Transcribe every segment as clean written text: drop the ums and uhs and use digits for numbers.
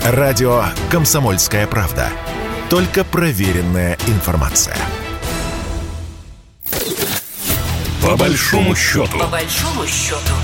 Радио «Комсомольская правда». Только проверенная информация. По большому счету. По большому счету.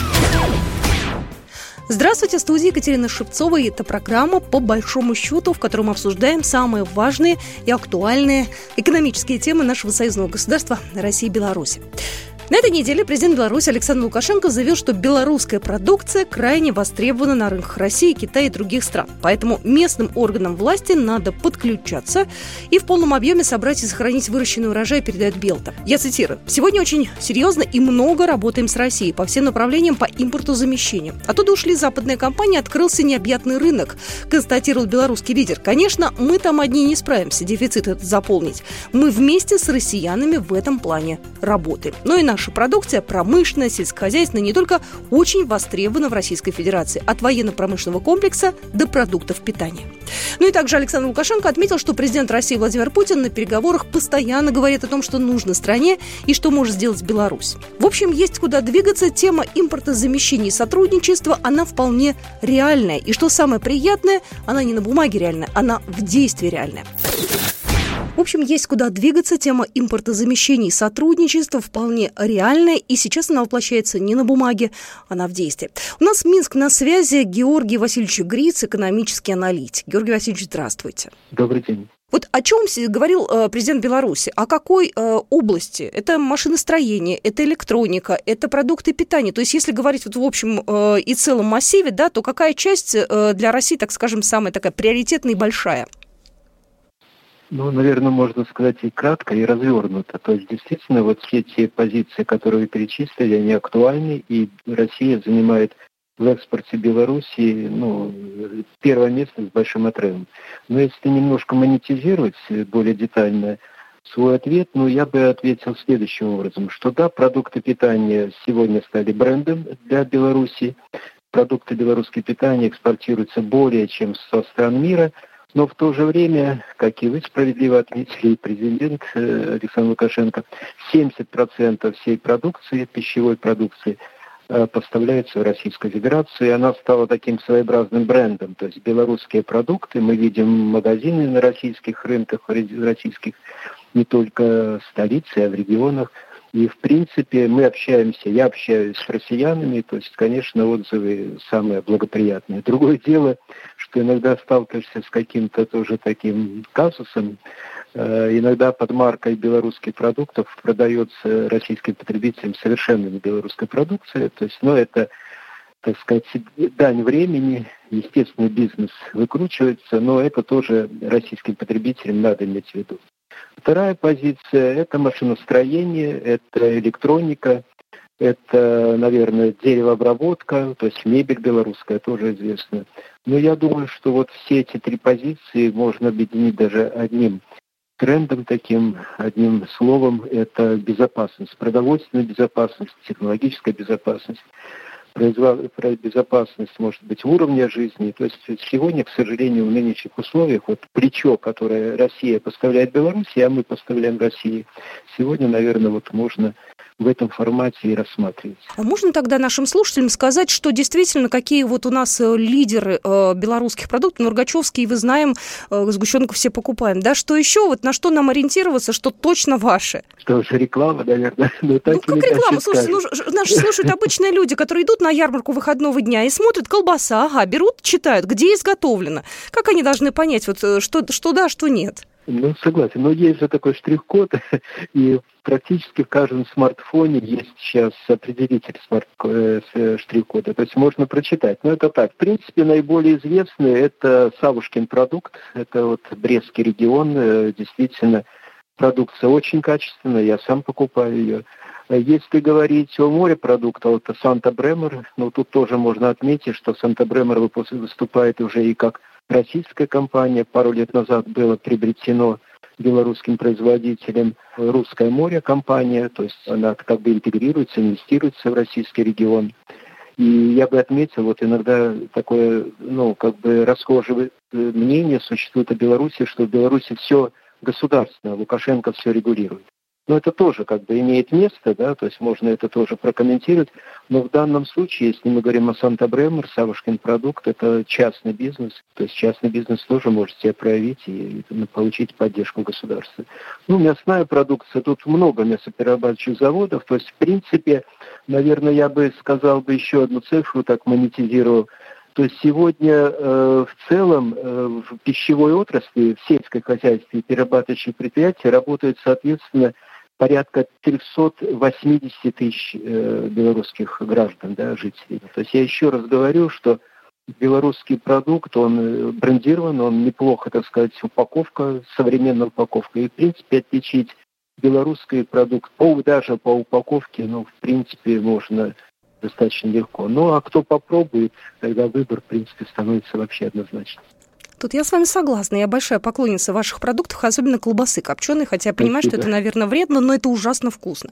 Здравствуйте, в студии Екатерина Шевцова, и это программа «По большому счету», в которой мы обсуждаем самые важные и актуальные экономические темы нашего союзного государства России и Беларуси. На этой неделе президент Беларуси Александр Лукашенко заявил, что белорусская продукция крайне востребована на рынках России, Китая и других стран. Поэтому местным органам власти надо подключаться и в полном объеме собрать и сохранить выращенный урожай, передает Белта. Я цитирую. «Сегодня очень серьезно и много работаем с Россией по всем направлениям по импортозамещению. Оттуда ушли западные компании, открылся необъятный рынок», констатировал белорусский лидер. «Конечно, мы там одни не справимся дефицит этот заполнить. Мы вместе с россиянами в этом плане работаем. Но и наша продукция, промышленная, сельскохозяйственная, не только очень востребована в Российской Федерации, от военно-промышленного комплекса до продуктов питания». Ну и также Александр Лукашенко отметил, что президент России Владимир Путин на переговорах постоянно говорит о том, что нужно стране и что может сделать Беларусь. В общем, есть куда двигаться. Тема импортозамещения и сотрудничества, она вполне реальная. И что самое приятное, она не на бумаге реальная, она в действии реальная. В общем, есть куда двигаться. Тема импортозамещения и сотрудничества вполне реальная. И сейчас она воплощается не на бумаге, она в действии. У нас в Минск на связи Георгий Васильевич Гриц, экономический аналитик. Георгий Васильевич, здравствуйте. Добрый день. Вот о чем говорил президент Беларуси? О какой области? Это машиностроение, это электроника, это продукты питания. То есть, если говорить вот в общем и целом массиве, да, то какая часть для России, так скажем, самая такая приоритетная и большая? Ну, наверное, можно сказать и кратко, и развернуто. То есть, действительно, вот все те позиции, которые вы перечислили, они актуальны, и Россия занимает в экспорте Беларуси, первое место с большим отрывом. Но если немножко монетизировать более детально свой ответ, я бы ответил следующим образом, что да, продукты питания сегодня стали брендом для Беларуси. Продукты белорусского питания экспортируются более чем в 100 стран мира. Но в то же время, как и вы справедливо отметили, и президент Александр Лукашенко, 70% всей продукции, пищевой продукции, поставляется в Российскую Федерацию, и она стала таким своеобразным брендом. То есть белорусские продукты, мы видим магазины на российских рынках, российских, не только в столице, а в регионах. И, в принципе, я общаюсь с россиянами, то есть, конечно, отзывы самые благоприятные. Другое дело, что иногда сталкиваешься с каким-то тоже таким казусом. Иногда под маркой белорусских продуктов продается российским потребителям совершенно не белорусская продукция. То есть, это, так сказать, дань времени. Естественно, бизнес выкручивается, но это тоже российским потребителям надо иметь в виду. Вторая позиция – это машиностроение, это электроника, это, наверное, деревообработка, то есть мебель белорусская, тоже известна. Но я думаю, что вот все эти три позиции можно объединить даже одним трендом таким, одним словом – это безопасность, продовольственная безопасность, технологическая безопасность. Безопасность, может быть, уровня жизни. То есть сегодня, к сожалению, в нынешних условиях, плечо, которое Россия поставляет Беларуси, а мы поставляем России, сегодня, наверное, можно в этом формате и рассматривать. А можно тогда нашим слушателям сказать, что действительно, какие у нас лидеры белорусских продуктов, Рогачевские, вы знаем, сгущенку все покупаем, да, что еще, на что нам ориентироваться, что точно ваше? Что же, реклама, наверное. Как реклама? Слушайте, наши слушают обычные люди, которые идут на ярмарку выходного дня и смотрят, колбаса, берут, читают, где изготовлено. Как они должны понять, что да, что нет? Согласен. Но есть же такой штрих-код, и практически в каждом смартфоне есть сейчас определитель штрих-кода. То есть можно прочитать. Но это так. В принципе, наиболее известный – это Савушкин продукт. Это Брестский регион. Действительно, продукция очень качественная. Я сам покупаю ее. Если говорить о морепродуктах, это Санта-Бремер. Тут тоже можно отметить, что Санта-Бремер выступает уже и как российская компания. Пару лет назад было приобретено белорусским производителем «Русское море» компания, то есть она как бы интегрируется, инвестируется в российский регион. И я бы отметил, иногда такое, расхожее мнение существует о Беларуси, что в Беларуси все государственно, Лукашенко все регулирует. Но это тоже как бы имеет место, да, то есть можно это тоже прокомментировать. Но в данном случае, если мы говорим о Санта-Бремер, Савушкин продукт, это частный бизнес. То есть частный бизнес тоже может себя проявить и получить поддержку государства. Ну, мясная продукция, тут много мясоперерабатывающих заводов. То есть, в принципе, наверное, я бы сказал бы еще одну цифру, так монетизировал. То есть сегодня в целом в пищевой отрасли, в сельском хозяйстве перерабатывающих предприятий работают, соответственно, порядка 380 тысяч белорусских граждан, да, жителей. То есть я еще раз говорю, что белорусский продукт, он брендирован, он неплохо, так сказать, упаковка, современная упаковка. И, в принципе, отличить белорусский продукт даже по упаковке, ну, в принципе, можно достаточно легко. Ну, а кто попробует, тогда выбор, в принципе, становится вообще однозначным. Тут я с вами согласна. Я большая поклонница ваших продуктов, особенно колбасы копченой, хотя я понимаю, что это, наверное, вредно, но это ужасно вкусно.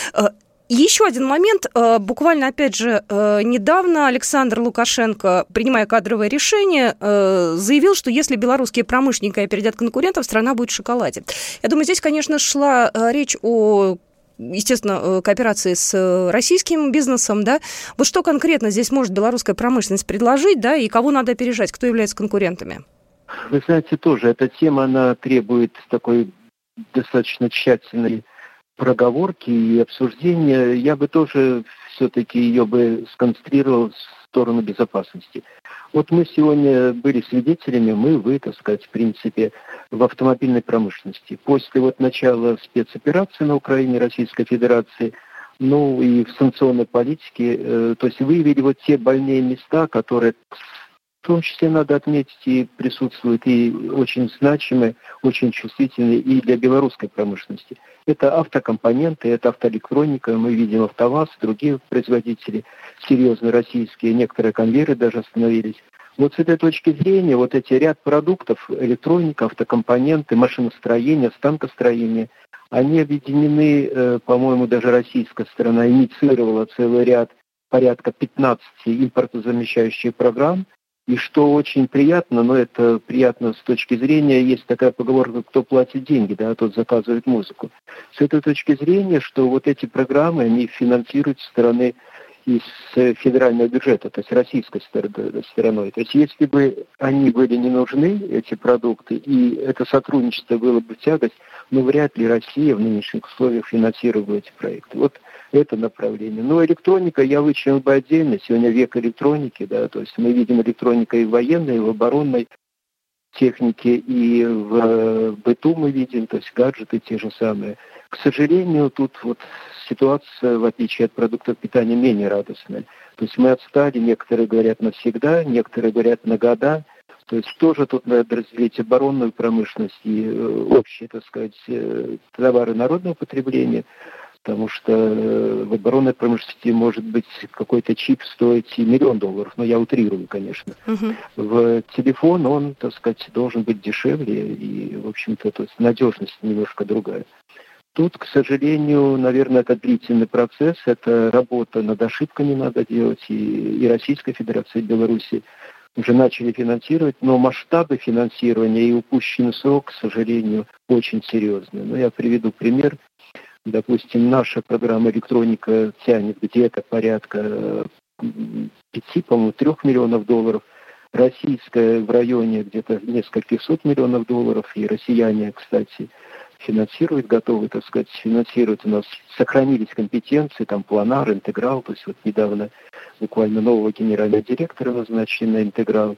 Еще один момент. Буквально, опять же, недавно Александр Лукашенко, принимая кадровое решение, заявил, что если белорусские промышленники опередят конкурентов, страна будет в шоколаде. Я думаю, здесь, конечно, шла речь о, естественно, кооперации с российским бизнесом, да. Вот что конкретно здесь может белорусская промышленность предложить, да, и кого надо опережать, кто является конкурентами? Вы знаете, тоже эта тема, она требует такой достаточно тщательной проговорки и обсуждения. Я бы тоже все-таки ее бы сконцентрировал в сторону безопасности. Вот мы сегодня были свидетелями, вы, так сказать, в принципе, в автомобильной промышленности. После вот начала спецоперации на Украине Российской Федерации, ну и в санкционной политике, то есть выявили вот те больные места, которые в том числе надо отметить и присутствуют, и очень значимые, очень чувствительные и для белорусской промышленности. Это автокомпоненты, это автоэлектроника, мы видим АвтоВАЗ, другие производители, серьезные российские, некоторые конвейеры даже остановились. Вот с этой точки зрения, вот эти ряд продуктов, электроника, автокомпоненты, машиностроение, станкостроение, они объединены, по-моему, даже российская сторона инициировала целый ряд, порядка 15 импортозамещающих программ. И что очень приятно, но это приятно с точки зрения, есть такая поговорка, кто платит деньги, да, тот заказывает музыку. С этой точки зрения, что вот эти программы, они финансируют со стороны из федерального бюджета, то есть российской стороной. То есть если бы они были не нужны, эти продукты, и это сотрудничество было бы в тягость, ну вряд ли Россия в нынешних условиях финансировала эти проекты. Вот это направление. Но электроника я вычленил бы отдельно. Сегодня век электроники, да, то есть мы видим электроника и в военной, и в оборонной технике, и в быту мы видим, то есть гаджеты те же самые. К сожалению, тут вот ситуация, в отличие от продуктов питания, менее радостная. То есть мы отстали, некоторые говорят навсегда, некоторые говорят на года. То есть тоже тут надо разделить оборонную промышленность и общие, так сказать, товары народного потребления. Потому что в оборонной промышленности может быть какой-то чип стоить и $1 миллион, но я утрирую, конечно. В телефон он, так сказать, должен быть дешевле, и, в общем-то, то есть надежность немножко другая. Тут, к сожалению, наверное, это длительный процесс, это работа над ошибками надо делать, и Российская Федерация, и Беларуси уже начали финансировать, но масштабы финансирования и упущенный срок, к сожалению, очень серьезные. Но я приведу пример. Допустим, наша программа электроника тянет где-то порядка 5, по-моему, $3 миллионов. Российская в районе где-то нескольких сот миллионов долларов. И россияне, кстати, финансируют, готовы, так сказать, финансировать. У нас сохранились компетенции, там Планар, Интеграл. То есть вот недавно буквально нового генерального директора назначили на Интеграл.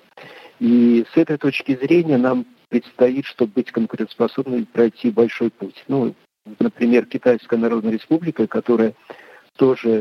И с этой точки зрения нам предстоит, чтобы быть конкурентоспособными, пройти большой путь. Ну, например, Китайская Народная Республика, которая тоже,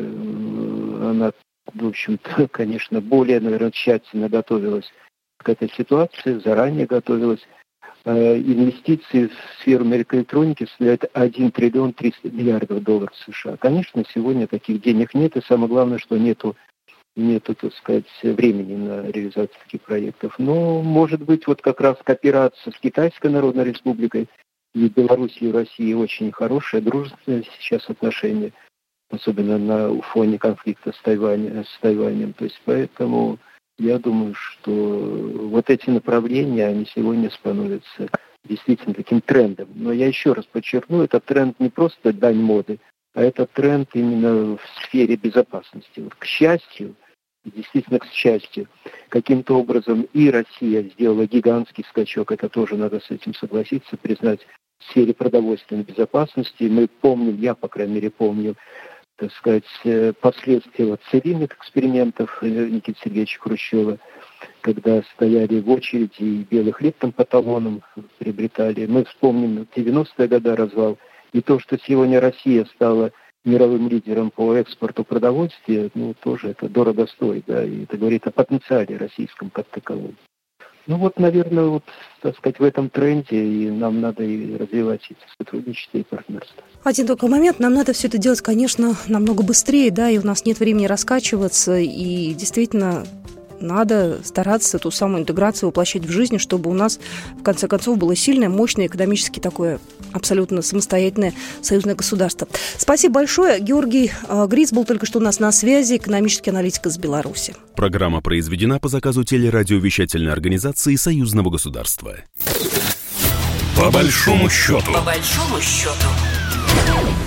она, в общем-то, конечно, более, наверное, тщательно готовилась к этой ситуации, заранее готовилась. Инвестиции в сферу электроники составляют $1 триллион 300 миллиардов долларов США. Конечно, сегодня таких денег нет, и самое главное, что нету, так сказать, времени на реализацию таких проектов. Но, может быть, вот как раз кооперация с Китайской Народной Республикой и Белоруссии, и России очень хорошие, дружественные сейчас отношения, особенно на фоне конфликта с Тайванем. То есть поэтому я думаю, что вот эти направления, они сегодня становятся действительно таким трендом. Но я еще раз подчеркну, этот тренд не просто дань моды, а это тренд именно в сфере безопасности. Вот, к счастью, действительно к счастью, каким-то образом и Россия сделала гигантский скачок, это тоже надо с этим согласиться, признать, в сфере продовольственной безопасности. Мы помним, я, по крайней мере, помню, так сказать, последствия вот цариных экспериментов Никиты Сергеевича Хрущева, когда стояли в очереди и белый хлеб там по талонам приобретали. Мы вспомним 90-е годы развал. И то, что сегодня Россия стала мировым лидером по экспорту продовольствия, ну, тоже это дорого стоит, да, и это говорит о потенциале российском как таковом. Ну вот, наверное, вот, так сказать, в этом тренде и нам надо и развивать эти сотрудничество и партнерство. Один только момент, нам надо все это делать, конечно, намного быстрее, да, и у нас нет времени раскачиваться, и действительно надо стараться ту самую интеграцию воплощать в жизнь, чтобы у нас, в конце концов, было сильное, мощное, экономически такое абсолютно самостоятельное союзное государство. Спасибо большое. Георгий Гриц был только что у нас на связи, экономический аналитик из Беларуси. Программа произведена по заказу телерадиовещательной организации Союзного государства. По большому счету. По большому счету.